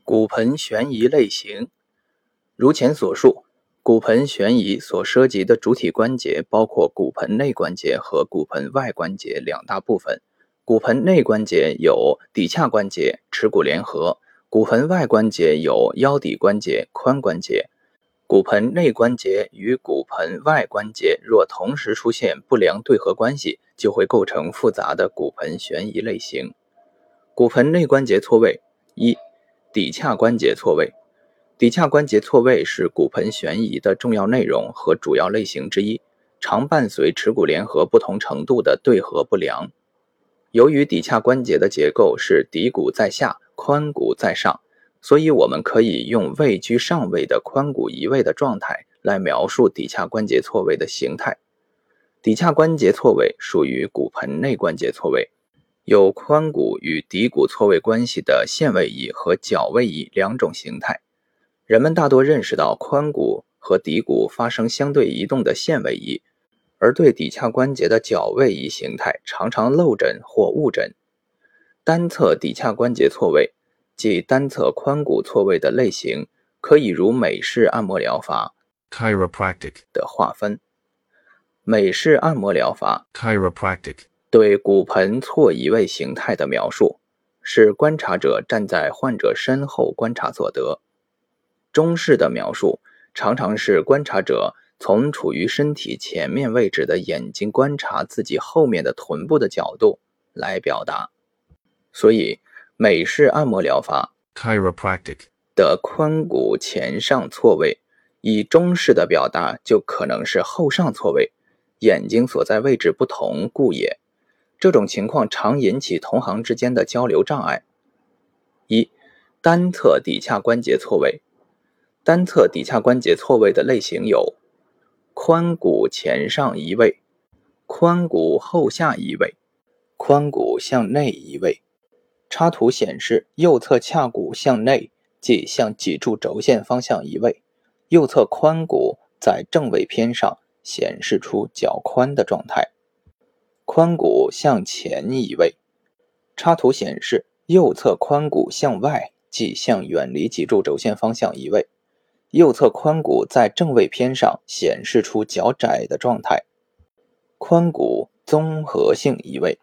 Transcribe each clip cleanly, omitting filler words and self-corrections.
骨盆悬移类型。如前所述，骨盆悬移所涉及的主体关节包括骨盆内关节和骨盆外关节两大部分。骨盆内关节有骶髂关节、耻骨联合；骨盆外关节有腰骶关节、髋关节。骨盆内关节与骨盆外关节若同时出现不良对合关系，就会构成复杂的骨盆悬移类型。骨盆内关节错位。一、骶髂关节错位。骶髂关节错位是骨盆悬移的重要内容和主要类型之一，常伴随耻骨联合不同程度的对合不良。由于骶髂关节的结构是骶骨在下，髋骨在上，所以我们可以用位居上位的髋骨移位的状态来描述骶髂关节错位的形态。骶髂关节错位属于骨盆内关节错位，有髋骨与骶骨错位关系的线位移和角位移两种形态。人们大多认识到髋骨和骶骨发生相对移动的线位移，而对骶髂关节的角位移形态常常漏诊或误诊。单侧骶髂关节错位，即单侧髋骨错位的类型，可以如美式按摩疗法 Chiropractic 的划分。美式按摩疗法 Chiropractic 对骨盆错移位形态的描述，是观察者站在患者身后观察所得。中式的描述常常是观察者从处于身体前面位置的眼睛观察自己后面的臀部的角度来表达。所以美式按摩疗法 Chiropractic 的髋骨前上错位，以中式的表达就可能是后上错位，眼睛所在位置不同故也。这种情况常引起同行之间的交流障碍。一、单侧骶髂关节错位。单侧骶髂关节错位的类型有髋骨前上移位、髋骨后下移位、髋骨向内移位。插图显示右侧髂骨向内，即向脊柱轴线方向移位，右侧髋骨在正位偏上，显示出较宽的状态。髋骨向前移位。插图显示右侧髋骨向外，即向远离脊柱轴线方向移位，右侧髋骨在正位偏上，显示出较窄的状态。髋骨综合性移位。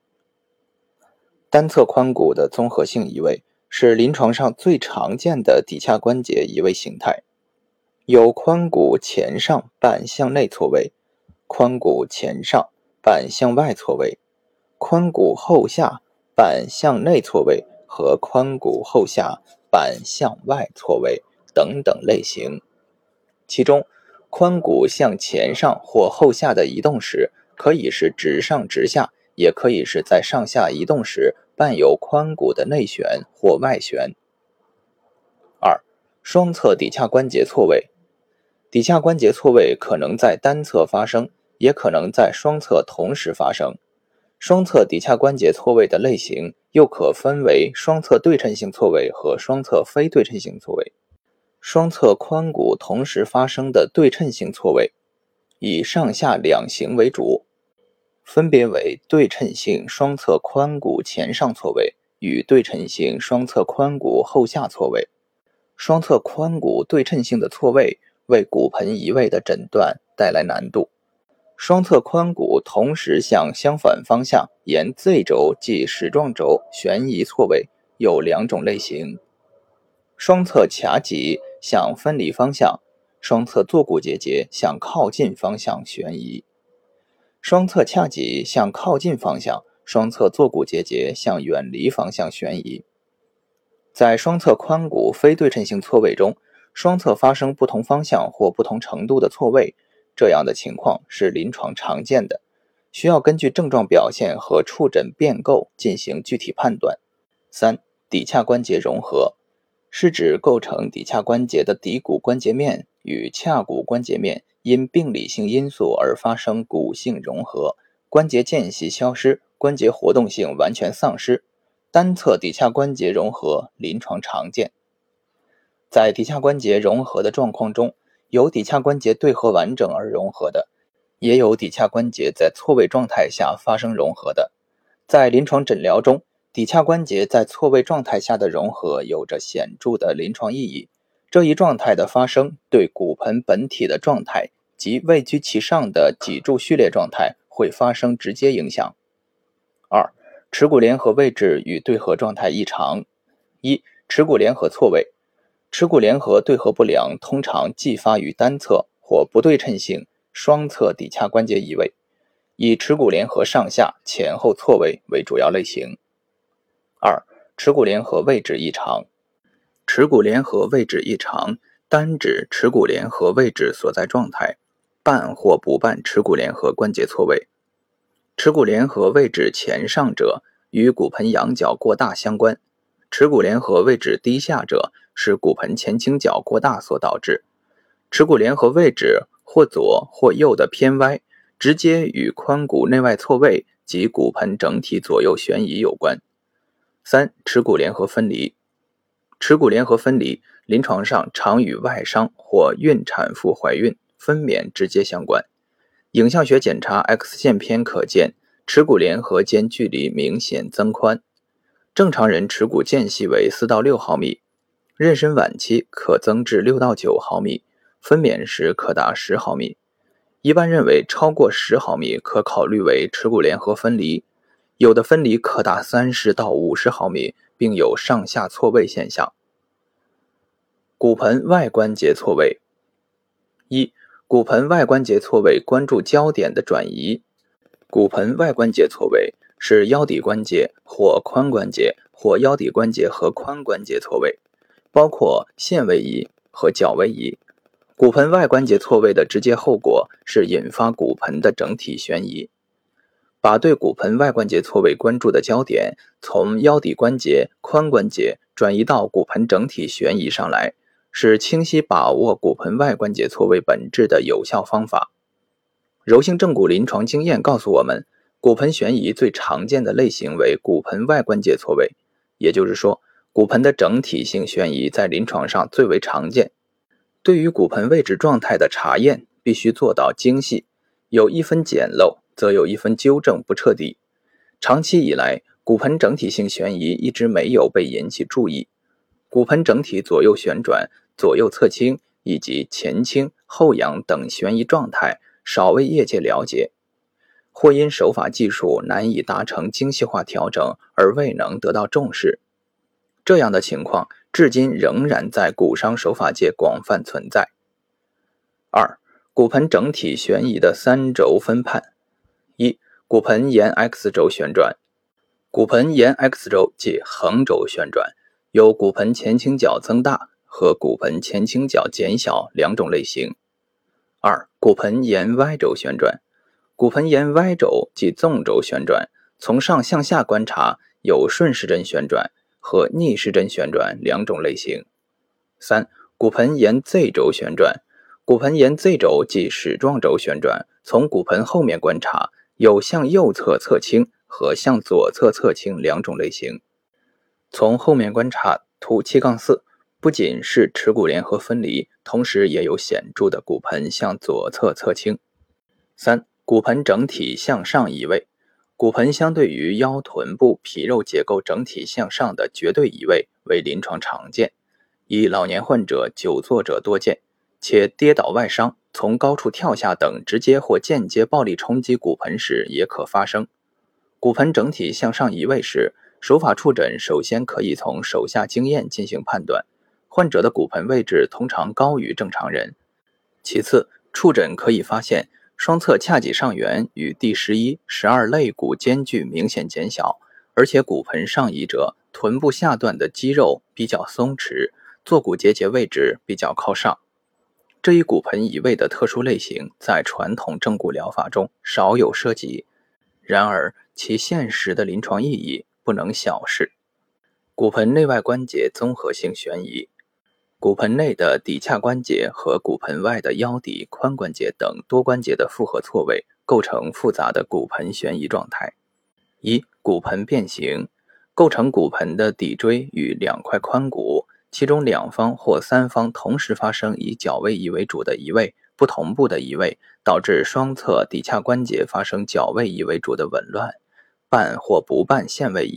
单侧髋骨的综合性移位是临床上最常见的骶髂关节移位形态，有髋骨前上半向内错位、髋骨前上半向外错位、髋骨后下半向内错位和髋骨后下半向外错位等等类型。其中髋骨向前上或后下的移动时，可以是直上直下，也可以是在上下移动时伴有髋骨的内旋或外旋。二、双侧骶髂关节错位。骶髂关节错位可能在单侧发生，也可能在双侧同时发生。双侧骶髂关节错位的类型又可分为双侧对称性错位和双侧非对称性错位。双侧髋骨同时发生的对称性错位，以上下两型为主，分别为对称性双侧髋骨前上错位与对称性双侧髋骨后下错位。双侧髋骨对称性的错位为骨盆移位的诊断带来难度。双侧髋骨同时向相反方向沿 Z 轴即矢状轴旋移错位有两种类型：双侧髂脊向分离方向，双侧坐骨结节向靠近方向旋移。双侧髂脊向靠近方向，双侧坐骨结节向远离方向旋移。在双侧髋骨非对称性错位中，双侧发生不同方向或不同程度的错位，这样的情况是临床常见的，需要根据症状表现和触诊变构进行具体判断。三、骶髂关节融合，是指构成骶髂关节的骶骨关节面与髂骨关节面因病理性因素而发生骨性融合，关节间隙消失，关节活动性完全丧失。单侧骶髂关节融合临床常见。在骶髂关节融合的状况中，有骶髂关节对合完整而融合的，也有骶髂关节在错位状态下发生融合的。在临床诊疗中， 底髂关节在错位状态下的融合有着显著的临床意义。这一状态的发生对骨盆本体的状态及位居其上的脊柱序列状态会发生直接影响。2. 耻骨联合位置与对合状态异常。1. 耻骨联合错位。耻骨联合对合不良通常继发于单侧或不对称性双侧底髂关节移位，以耻骨联合上下前后错位为主要类型。2. 耻骨联合位置异常。耻骨联合位置异常单指耻骨联合位置所在状态半或不半耻骨联合关节错位。耻骨联合位置前上者与骨盆仰角过大相关，耻骨联合位置低下者是骨盆前倾角过大所导致。耻骨联合位置或左或右的偏歪，直接与髋骨内外错位及骨盆整体左右旋移有关。3. 耻骨联合分离。耻骨联合分离临床上常与外伤或孕产妇怀孕、分娩直接相关。影像学检查 X 线片可见，耻骨联合间距离明显增宽。正常人耻骨间隙为4到6毫米，妊娠晚期可增至6到9毫米，分娩时可达10毫米。一般认为超过10毫米可考虑为耻骨联合分离，有的分离可达30到50毫米，并有上下错位现象。骨盆外关节错位。1. 骨盆外关节错位关注焦点的转移。骨盆外关节错位是腰底关节或髋关节或腰底关节和髋关节错位，包括线位移和角位移。骨盆外关节错位的直接后果是引发骨盆的整体旋移。把对骨盆外关节错位关注的焦点从腰底关节、髋关节转移到骨盆整体旋移上来，是清晰把握骨盆外关节错位本质的有效方法。柔性正骨临床经验告诉我们，骨盆旋移最常见的类型为骨盆外关节错位，也就是说，骨盆的整体性旋移在临床上最为常见。对于骨盆位置状态的查验必须做到精细，有一分简陋，则有一分纠正不彻底。长期以来，骨盆整体性旋移一直没有被引起注意，骨盆整体左右旋转、左右侧倾以及前倾、后仰等旋移状态少为业界了解，或因手法技术难以达成精细化调整而未能得到重视。这样的情况至今仍然在骨伤手法界广泛存在。2. 骨盆整体旋移的3轴分判。1. 骨盆沿 X 轴旋转。骨盆沿 X 轴即横轴旋转，有骨盆前倾角增大和骨盆前倾角减小两种类型。2. 骨盆沿 Y 轴旋转。骨盆沿 Y 轴即纵轴旋转，从上向下观察有顺时针旋转和逆时针旋转两种类型。3. 骨盆沿 Z 轴旋转。骨盆沿 Z 轴即矢状轴旋转，从骨盆后面观察有向右侧侧倾和向左侧侧倾两种类型。从后面观察图 7-4， 不仅是耻骨联合分离，同时也有显著的骨盆向左侧侧倾。3. 骨盆整体向上移位。骨盆相对于腰臀部皮肉结构整体向上的绝对移位为临床常见，以老年患者、久坐者多见，且跌倒外伤、从高处跳下等直接或间接暴力冲击骨盆时也可发生。骨盆整体向上移位时，手法触诊首先可以从手下经验进行判断，患者的骨盆位置通常高于正常人。其次，触诊可以发现双侧髂脊上缘与第11、12肋骨间距明显减小，而且骨盆上移者臀部下段的肌肉比较松弛，坐骨结节位置比较靠上。这一骨盆移位的特殊类型在传统正骨疗法中少有涉及，然而其现实的临床意义不能小视。骨盆内外关节综合性旋移。骨盆内的底髂关节和骨盆外的腰底、髋关节等多关节的复合错位，构成复杂的骨盆旋移状态。1. 骨盆变形。构成骨盆的骶椎与两块髋骨，其中两方或三方同时发生以角位移为主的移位，不同步的移位，导致双侧底髂关节发生角位移为主的紊乱。半或不半线位移，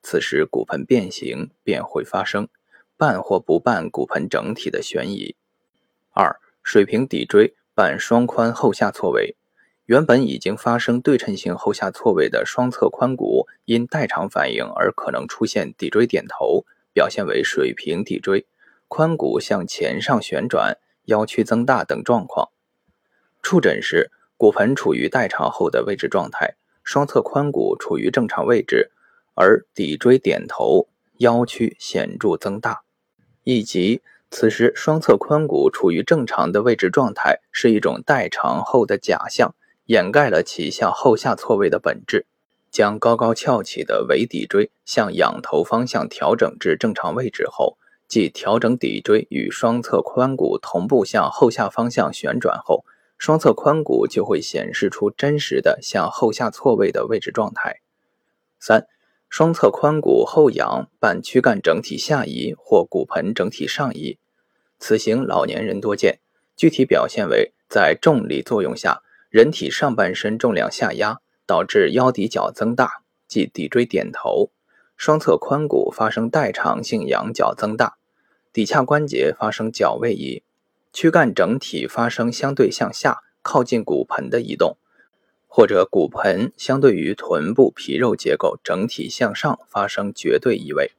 此时骨盆变形便会发生半或不半骨盆整体的悬移。2. 水平骶椎伴双髋后下错位，原本已经发生对称性后下错位的双侧髋骨因代偿反应而可能出现骶椎点头，表现为水平骶椎，髋骨向前上旋转，腰曲增大等状况。触诊时，骨盆处于代偿后的位置状态，双侧髋骨处于正常位置，而骶椎点头，腰曲显著增大。以及此时双侧髋骨处于正常的位置状态是一种代偿后的假象，掩盖了其向后下错位的本质。将高高翘起的尾骶椎向仰头方向调整至正常位置后，即调整骶椎与双侧髋骨同步向后下方向旋转后，双侧髋骨就会显示出真实的向后下错位的位置状态。3. 双侧髋骨后仰伴躯干整体下移或骨盆整体上移，此型老年人多见，具体表现为在重力作用下，人体上半身重量下压，导致腰骶角增大，即骶椎点头，双侧髋骨发生代偿性仰角增大，骶髂关节发生角位移，躯干整体发生相对向下靠近骨盆的移动，或者骨盆相对于臀部皮肉结构整体向上发生绝对移位。